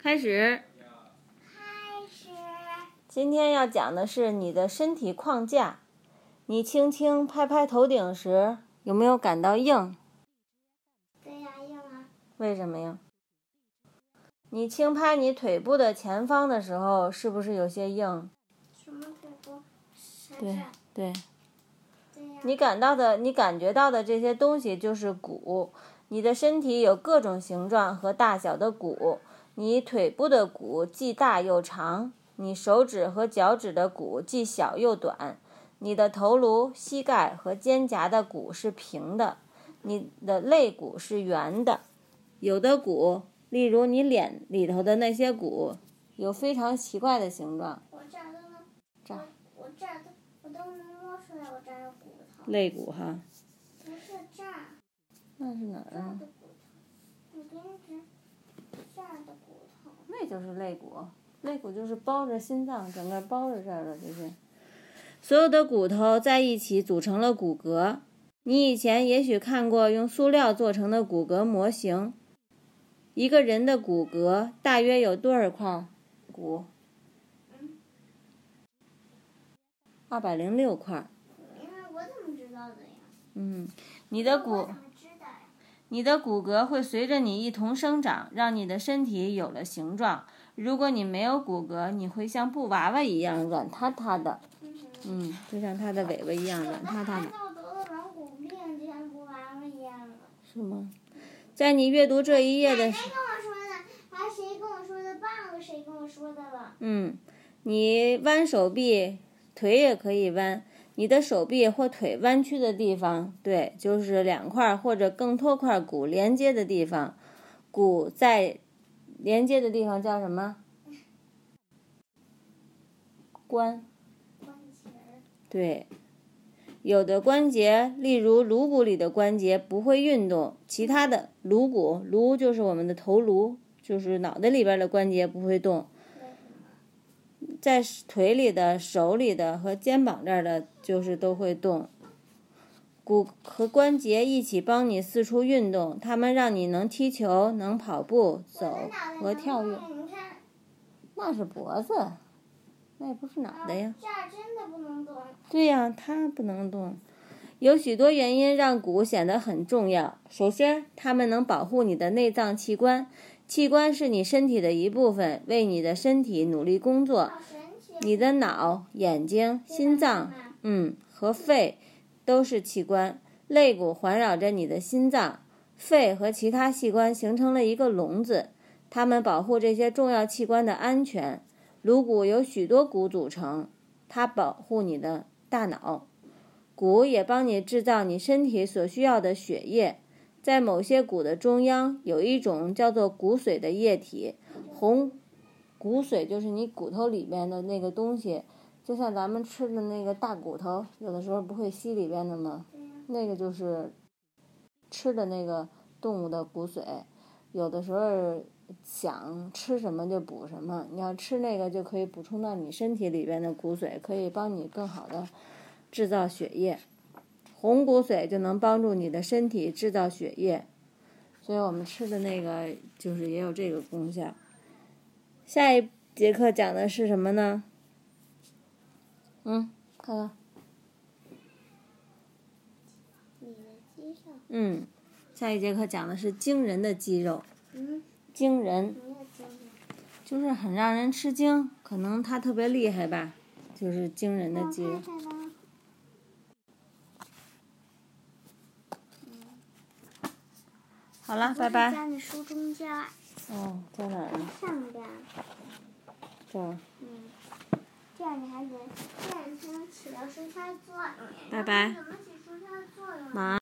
开始。今天要讲的是你的身体框架。你轻轻拍拍头顶时，有没有感到硬？ 对呀，硬啊。 为什么呀？你轻拍你腿部的前方的时候，是不是有些硬？ 什么腿部？ 对。 对呀。 你感觉到的这些东西就是骨。你的身体有各种形状和大小的骨。你腿部的骨既大又长，你手指和脚趾的骨既小又短。你的头颅、膝盖和肩胛的骨是平的，你的肋骨是圆的。有的骨，例如你脸里头的那些骨，有非常奇怪的形状。 我这儿都能，我都能摸出来，我这儿有骨头。 肋骨哈。 不是这儿。 那是哪儿啊？ 这儿的骨头。你给你指这儿的骨头。 那就是肋骨，肋骨就是包着心脏，整个包着这儿的这些。所有的骨头在一起组成了骨骼。你以前也许看过用塑料做成的骨骼模型。一个人的骨骼大约有多少块骨？206块。 我怎么知道的呀？ 你的骨骼会随着你一同生长，让你的身体有了形状。如果你没有骨骼，你会像布娃娃一样软塌塌的。就像它的尾巴一样软塌塌的。 我得了软骨病，就像布娃娃一样了。 是吗？在你阅读这一页的时候， 奶奶跟我说的，还谁跟我说的？忘了谁跟我说的了。 你弯手臂，腿也可以弯。你的手臂或腿弯曲的地方，对，就是2块或者更多块骨连接的地方。骨在连接的地方叫什么？关节。 对。有的关节，例如颅骨里的关节不会运动，其他的颅就是我们的头颅，就是脑袋里边的关节不会动。在腿里的、手里的和肩膀这儿的，就是都会动。骨和关节一起帮你四处运动，它们让你能踢球、能跑步、走和跳跃。那是脖子，那也不是脑袋呀。 这儿真的不能动。 对呀，它不能动。有许多原因让骨显得很重要。首先，它们能保护你的内脏器官。器官是你身体的一部分，为你的身体努力工作。你的脑、眼睛、心脏，和肺都是器官。肋骨环绕着你的心脏，肺和其他器官形成了一个笼子，它们保护这些重要器官的安全。颅骨由许多骨组成，它保护你的大脑。骨也帮你制造你身体所需要的血液。在某些骨的中央有一种叫做骨髓的液体。骨髓就是你骨头里面的那个东西，就像咱们吃的那个大骨头，有的时候不会吸里边的吗？那个就是吃的那个动物的骨髓。有的时候想吃什么就补什么，你要吃那个就可以补充到你身体里边的骨髓，可以帮你更好的制造血液。红骨髓就能帮助你的身体制造血液，所以我们吃的那个就是也有这个功效。下一节课讲的是什么呢？看看。 你的肌肉。 下一节课讲的是惊人的肌肉。惊人。就是很让人吃惊，可能它特别厉害吧，就是惊人的肌肉。好了，拜拜。 在你书中间。 在哪儿呢？ 上边。 这儿。 这样你还得，这样你才能起到蔬菜作用。 拜拜。 怎么起蔬菜作用？ 晚安。